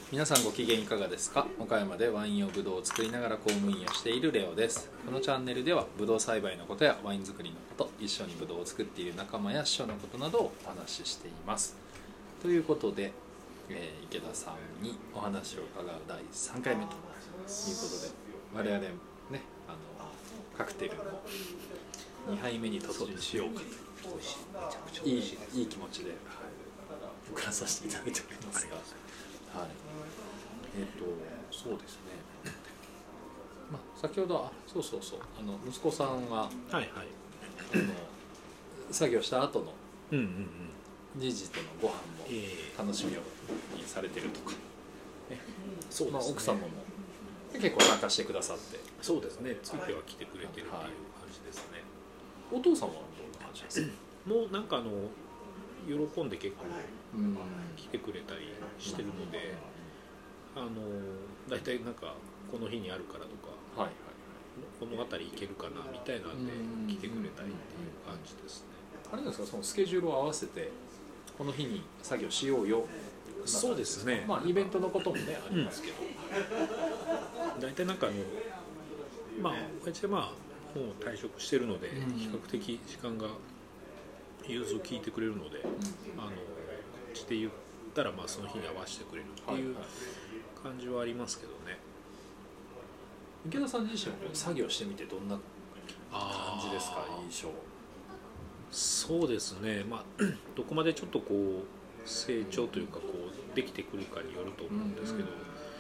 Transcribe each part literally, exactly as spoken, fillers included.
皆さんご機嫌いかがですか。岡山でワイン用ブドウを作りながら公務員をしているレオです。このチャンネルではブドウ栽培のことやワイン作りのこと、一緒にブドウを作っている仲間や師匠のことなどをお話ししています。ということで、えー、池田さんにお話を伺うだいさんかいめということで、我々ね、あのカクテルのにはいめに突入しようかと、 美味しい、めちゃくちゃ美味しいです。 いい、いい気持ちで、はい、送らさせていただいておりますが、はい、えっ、ー、とそうですね、まあ、先ほどあそうそうそうあの息子さんが、はいはい、あの作業した後のじじとのご飯も楽しみにされてるとか、えーそうですね、まあ、奥様も結構参加してくださって、 そうですね、ついては来てくれてるっていう感じですね。 はい、お父様はどんな感じですか？ もうなんかあの喜んで結構来てくれたりしてるので、あのだいたいなんかこの日にあるからとか、はいはい、この辺り行けるかなみたいなんで来てくれたりっていう感じですね。 あれですか、そのスケジュールを合わせてこの日に作業しようよ。 そうですね、 まあイベントのこともねありますけど、 だいたいなんかあのまあ私はまあもう退職してるので比較的時間が融通を聞いてくれるので、うん、あのこっちで言ったらまあその日に合わせてくれるっていう感じはありますけどね。 池田さん自身は作業してみてどんな感じですか？印象。 そうですね、まあどこまでちょっとこう成長というかこうできてくるかによると思うんですけど、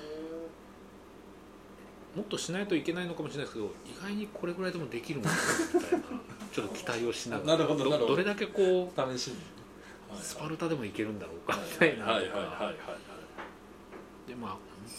うん、もっとしないといけないのかもしれないですけど、意外にこれぐらいでもできるものみたいなちょっと期待をしながらど, どれだけこう試しにスパルタでもいけるんだろうかみたいな。でまあ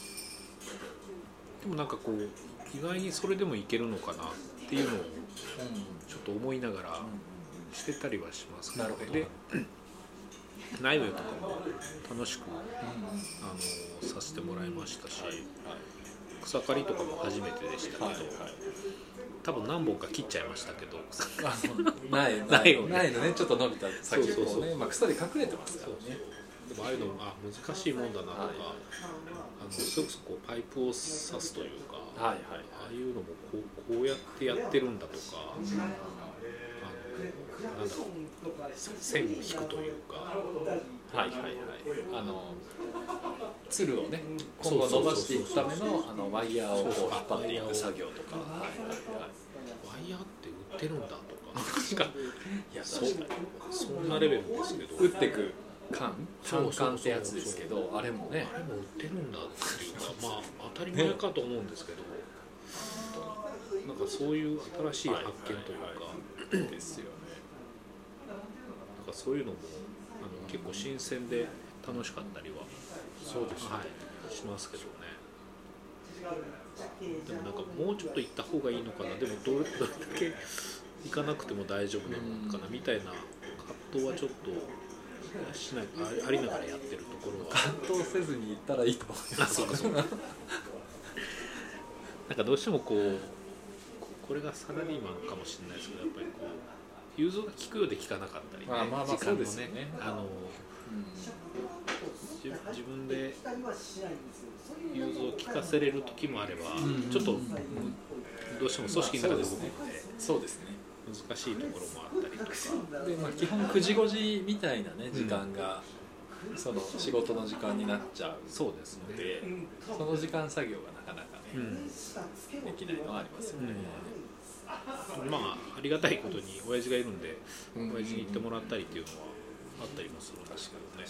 でもなんかこう意外にそれでもいけるのかなっていうのをちょっと思いながらしてたりはしますけど、ね、で内部とかも楽しく、うん、あのさせてもらいましたし、はいはい、草刈りとかも初めてでしたけど、はいはい、多分何本か切っちゃいましたけどないないのね、ちょっと伸びた先っぽをね、まあ、草で隠れてますからね。 でもああいうのもあ難しいもんだなとか、はい、あのそれこそこうパイプを刺すというか、はいはい、ああいうのもこう、こうやってやってるんだとか、うん、あのなんだろう線を引くというか、 はいはいはい、あのつるをね今後伸ばしていくためのあのワイヤーをこう引っ張っていく作業とか、はいはいはい、 ワイヤーって売ってるんだとか確かいや確かにそんなレベルですけど、 打ってく缶単缶ってやつですけど、あれもねあれも売ってるんだっていうかまあ当たり前かと思うんですけど、なんかそういう新しい発見というか、はいはい、 ですよね。 なんかそういうのもあの結構新鮮で楽しかったりはそうですね、 はい、しますけどね。でもなんかもうちょっと行った方がいいのかな、でもどれだけ行かなくても大丈夫なのかなみたいな葛藤はちょっとしないありながらやってるところは葛藤せずに行ったらいいと思います。 そうかそうかなんかどうしてもこうこれがサラリーマンかもしれないですけど、やっぱりこう融通が利くようで利かなかったりね、 まあまあまあ時間もね、 そうですよね、 あの、うん、自分で融通を利かせれる時もあれば、うん、ちょっと、うん、どうしても組織の中で動くので、 そうですね、 難しいところもあったりとかで、まあ、基本くじごじみたいなね時間が、うん、その仕事の時間になっちゃうので、 そうですね、 その時間作業がなかなかね、うん、できないのはありますよね、 うん、まあありがたいことに親父がいるんで、うん、親父に行ってもらったりっていうのはあったりもするんですけどね。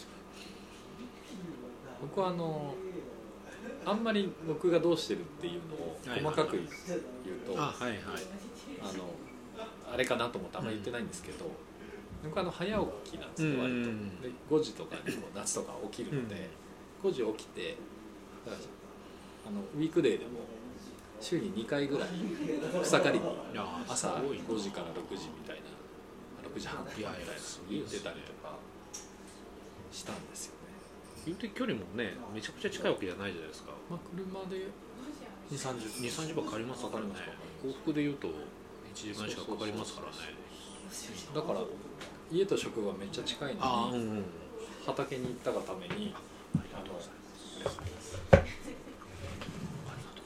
僕はあのあんまり僕がどうしてるっていうのを細かく言うと、 はいはい、 あのあれかなと思ってあんまり言ってないんですけど、うん、僕はあの早起きなんですよ、割と、うん、でごじとかにこう夏とか起きるので、うん、ごじ起きてだからあのウィークデーでも週ににかいぐらい草刈りに朝ごじからろくじみたいなろくじはんみたいなのに行ってたりとかしたんですよね。 言うて距離もねめちゃくちゃ近いわけじゃないじゃないですか。 まあ、車でにじゅう、さんじゅっぷん、 にじゅう、さんじゅっぷんかかりますからね。往復で言うといちじかんしかかかりますからね。 だから家と職場めっちゃ近いのに、うんうん、畑に行ったがためにあの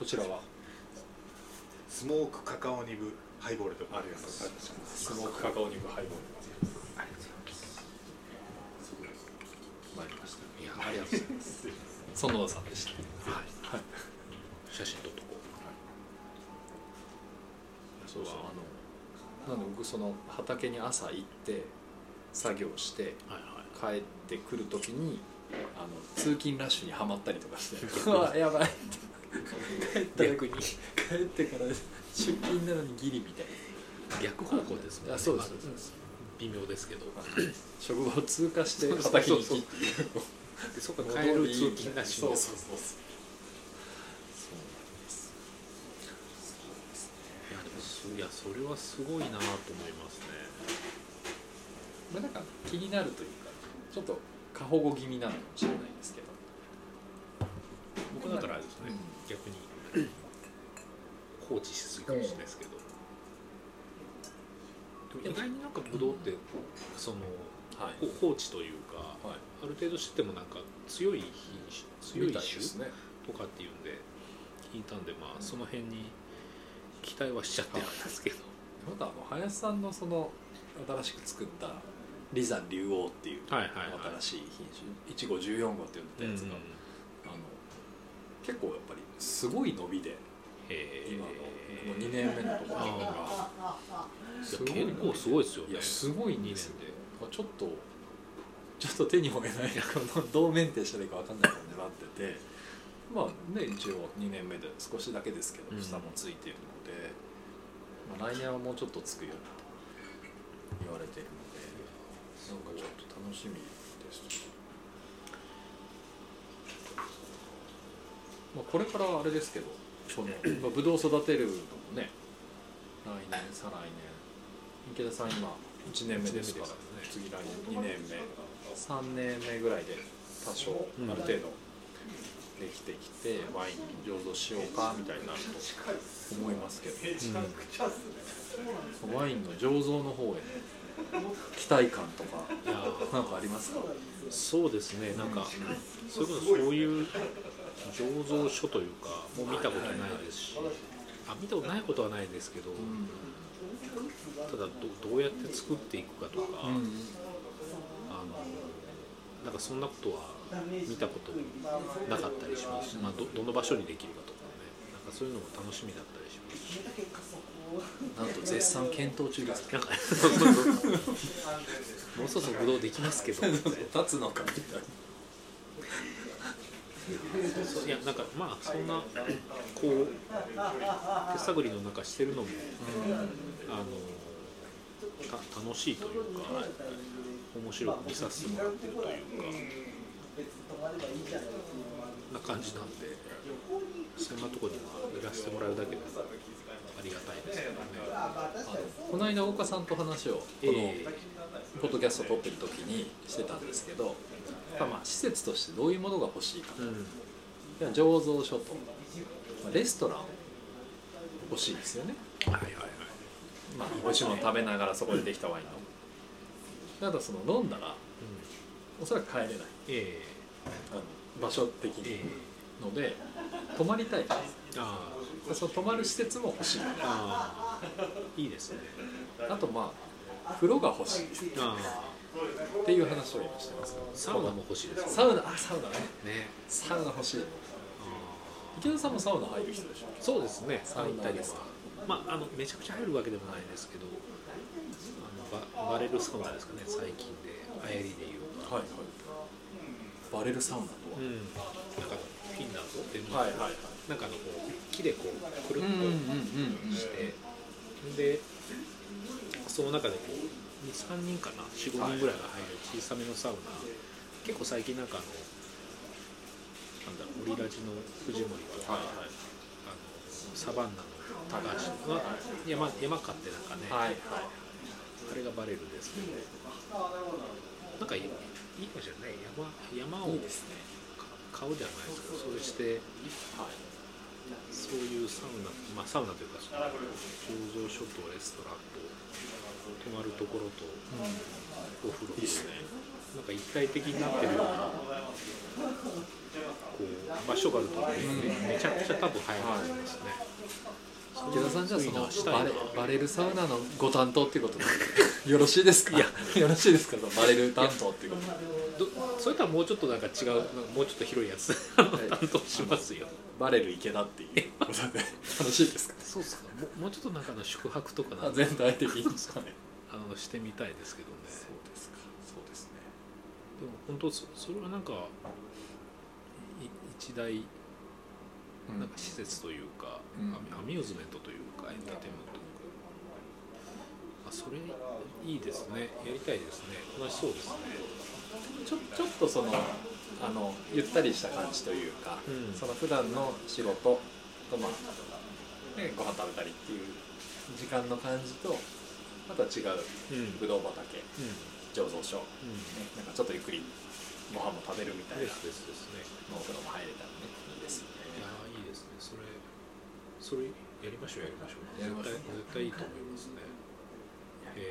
ちらはスモークカカオニブハイボールとかあります。 スモークカカオニブハイボールありがとうございます。 参りました。 いやありがとうございます。 園田さんでした。 はい、はい、写真撮っとこう。 そうそう、あのなんで僕その畑に朝行って作業して、はいはい、帰ってくるときにあの通勤ラッシュにはまったりとかしてうわやばい帰ったら逆に帰ってから出勤なのにギリみたいな逆方向ですもんね。 そうです、 まあ、微妙ですけど職場を通過して畑に行きっていうでそこから帰る通勤ラッシュにそうそうそうそういやそれはすごいなと思いますね。 まあなんか気になるというかちょっと過保護気味なのかもしれないですけど、 僕だったらあれですね、うん、逆に放置しすぎかもしれないですけど、うん、でも意外になんかブドウってその、はい、放置というか、はい、ある程度しててもなんか強い品種強い種、ね、とかっていうんで聞いたんで、まあその辺に期待はしちゃってるんですけど、 またあの林さんのその新しく作ったリザ竜王っていう新しい品種いちごじゅうよん号って言ったやつが、うん、あの結構やっぱりすごい伸びで今のこのにねんめのところが結構すごいですよね。 いやすごいにねんでちょっとちょっと手に負えないどうメンテしたらいいか分かんない感じになってて、まあね一応にねんめで少しだけですけど房もついているので、うんまあ、来年はもうちょっとつくように言われているのでなんかちょっと楽しみです。まあ、これからあれですけどその、まあ、ブドウ育てるのもね来年再来年池田さん今いちねんめですから、ね、次来年にねんめさんねんめぐらいで多少ある程度できてきてワイン醸造しようかみたいになると思いますけど、うん、ワインの醸造の方へ期待感とかなんかありますか？ そうですね、なんかそれこそそういう醸造所というかもう見たことないですし、あ見たことないことはないですけど、うん、ただ ど, どうやって作っていくかとか、うん、あのなんかそんなことは見たことなかったりしますし、まあ、ど, どの場所にできるかとかね、なんかそういうのも楽しみだったりしますし、 なんと絶賛検討中ですか？ なんかもうそろそろブドウできますけど立つのかみたいな。 そうそういやなんかまあそんなこう手探りの中してるのも、うん、あのた楽しいというか面白く見させてもらってるというかな感じなんで、そんなところにいらしてもらうだけでありがたいですけどね。 あのこの間岡さんと話をこのポッドキャストを撮ってる時にしてたんですけど、まあ施設としてどういうものが欲しいかと、うん、醸造所とレストラン欲しいですよね。 はいはいはい。 まあ美味しいもの食べながらそこでできたワインの。ただその飲んだら、うん、おそらく帰れない。えー、あの場所的に、えー、ので泊まりたいです。あその泊まる施設も欲しい。 あいいですね。 あとまあ風呂が欲しいです。あっていう話を今してますから。 サウナも欲しいです、ね。 サウナあサウナね。 ねサウナ欲しい。池田さんもサウナ入る人でしょ。 そうですね。サウナですか。まああのめちゃくちゃ入るわけでもないですけど、あのバ, バレルサウナですかね。最近で流行りでいう。 はいはい。バレルサウナとは。うん、 なんかフィンランドで、 はいはいはい。 なんかあのこう木でこうくるっとして、でその中でこうに、さんにんかな、よん、ごにんぐらいが入る小さめのサウナ、結構最近なんかあのなんだろうオリラジの藤森とか、はいはい、あのサバンナの高橋が山山買ってなんかね、はいはい、あれがバレルですけど、なんかいいかもしれない。山山をいいですね。買うじゃないですか。それして、はい、そういうサウナ、まあサウナというかその醸造所とレストランと泊まるところと、うん、お風呂と、 いいですね。 なんか一体的になってるようなこう場所があると、ね、うん、めちゃくちゃ多分入ると思いますね。 池田さんじゃあそのしたいなバレバレルサウナのご担当っていうことでよろしいですか？いやよろしいですか？バレル担当っていうことでどそれとはもうちょっとなんか違う、もうちょっと広いやつ担当しますよ。 バレル池田っていうことで楽しいですか？ そうですか。もうもうちょっとなんかの宿泊とかなんか全体的にですかね。 あのしてみたいですけどね。 そうですか。そうですね。 でも本当そそれはなんかい一大なんか施設というか、うん、アミューズメントというかエンターテインメントというか、あ、それいいですね。やりたいですね。楽しそうですね。 ちょちょっとそのあのゆったりした感じというか、うん、その普段の仕事とまあ、ね、ご飯食べたりっていう時間の感じとまた違う、うん、ぶどう畑、うん、醸造所、うんね、なんかちょっとゆっくりご飯も食べるみたいな、 ですですね。 お風呂も入れたらね、いいですよね。 いやいいですね。それそれやりましょうやりましょう。 やりましょう。 絶対いいと思いますね。え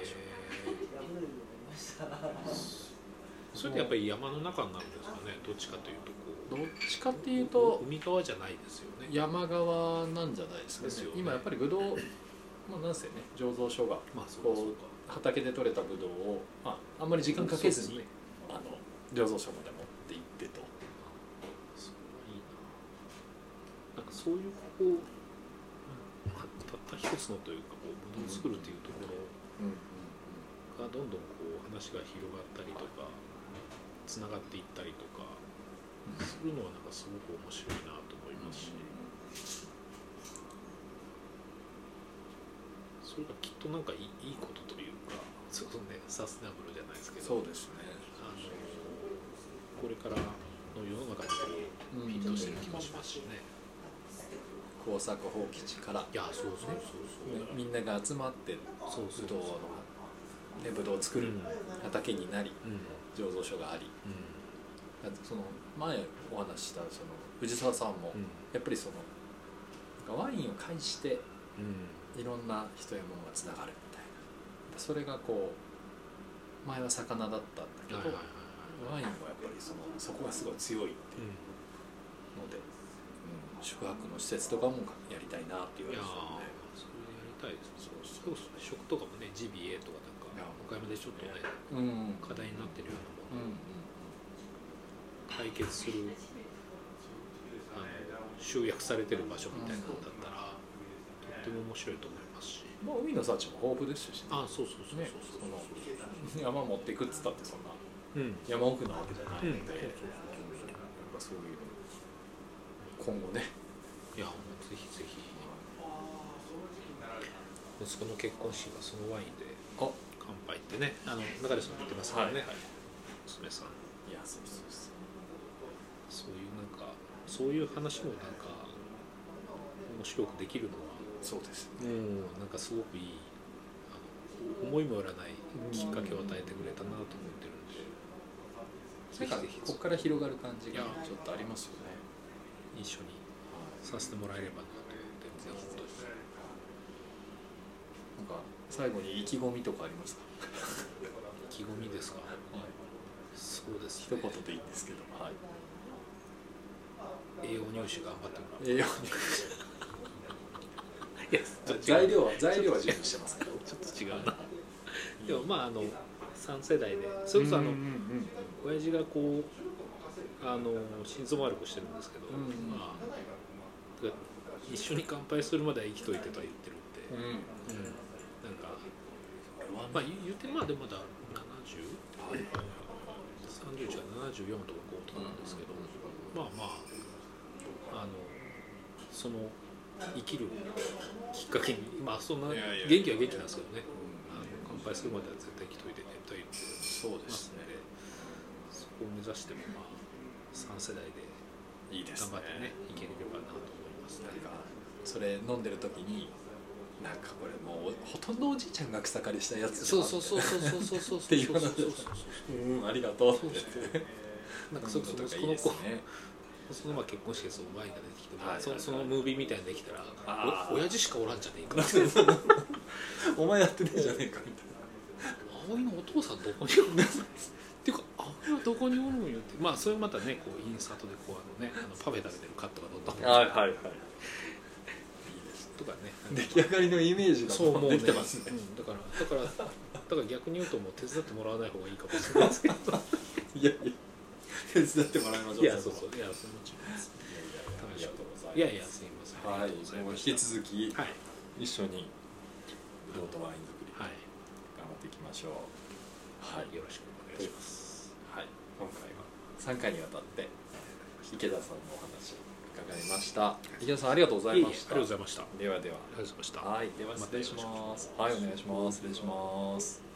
ーそれでやっぱり山の中になるんですかね。どっちかというとこうどっちかっていうと海側じゃないですよね。 山側なんじゃないですかね。 ですよね。 今やっぱりブドウまあなんせね醸造所がまあそうそうか畑で採れたブドウを、まあ、あんまり時間かけずに、ね、あの醸造所まで持って行ってと。 それはいいな。なんかそういうこうたった一つのというかこうブドウを作るというところがどんどんこう話が広がったりとかつながっていったりとかするのはなんかすごく面白いなと思いますし、それがきっとなんかいい、いいことというか、そのねサステナブルじゃないですけど、 そうですね。 あのこれからの世の中にこうフィットしてる気もしますしね。 耕作放棄地から、 いやそうそうそうそう、 ね、みんなが集まってそうそうブドウのねブドウを作る畑になり、うん、醸造所があり、うん、その前お話ししたその藤沢さんも、うん、やっぱりそのワインを介して、うん、いろんな人や物がつながるみたいな。それがこう前は魚だったんだけど、はいはいはいはい、ワインはやっぱりそのそこがすごい強いっていうので、うん、宿泊の施設とかもやりたいなって言われてたので、 それやりたいですね。そうそう食とかもね ジービーエー とかなんか岡山でちょっとね、うん、課題になってるようなものを解決するあの集約されてる場所みたいなのだったら、とっても面白いと思いますし、 まあ、海の幸も豊富ですし、ね、 ああそうそうそうそうそう、 ね、その山持っていくっつったってそんな、うん、山奥なわけじゃないので、そういう今後ね、 いやぜひぜひ息子の結婚式はそのワインで乾杯ってね、あの中でさん言ってますからね、はいはい、娘さん。 いやそうそうそう、 そういうなんかそういう話もなんか面白くできるのはそうですね、もうなんかすごくいいあの思いもよらないきっかけを与えてくれたなと思ってるんで、 ぜひぜひここから広がる感じがちょっとありますよね。 一緒にさせてもらえればなと思って、ぜひとなんか最後に意気込みとかありますか？ 意気込みですか？はい、そうですね。一言でいいんですけど、はい。 栄養入手頑張ってもらう。 栄養入手。いや材料は材料は準備してますけど、 ちょっと違うな。でもまああのさん世代で、それこそあの、うんうんうん、親父がこうあの心臓悪くしてるんですけど、うんうん、まあ一緒に乾杯するまでは生きといてとは言ってるんで、うんうん、なんかまあ言ってまあでもまだななじゅう、はい、さんじゅういちからななじゅうよんとかごとかなんですけど、うん、まあまああのその生きるきっかけに、まあそんな元気は元気なんですけどね、あの乾杯するまでは絶対生きといてねと言ってますので、そこを目指してもまあさん世代で頑張ってねいければなと思います。 なんかそれ飲んでる時になんかこれもうほとんどおじいちゃんが草刈りしたやつじゃん、そうそうそうそうそうそうそうっていう話をうんありがとうってなんかその子そのまあ結婚式でそのワインが出てきて、はいはいはい、そ, そのムービーみたいにできたらお親父しかおらんじゃねえかお前やってねえじゃねえかみたいな、 葵のお父さんどこにいるんだっていうかあれはどこにおるんよって、まあそれまたねこうインサートでこうあのねあのパフェ食べてるカットがどんどんはいはいはいとかね出来上がりのイメージがそうもうねできてますね。 うん、だからだからだから逆に言うともう手伝ってもらわない方がいいかもしれないですけどいやいや手伝ってもらいましょう。 いやそうそういやそれもちろんですありがとうございます。 いやいやすいませんはい、 ありがとうございもうました引き続きはい一緒にブドウとワイン作りはい頑張っていきましょう。 はいよろしくお願いしますはい、今回はさんかいにわたって池田さんのお話を伺いました。池田さんありがとうございました。 いえいえありがとうございましたあではでは。 りがとうございましたはい、では失礼します。はい、お願いします。失礼します。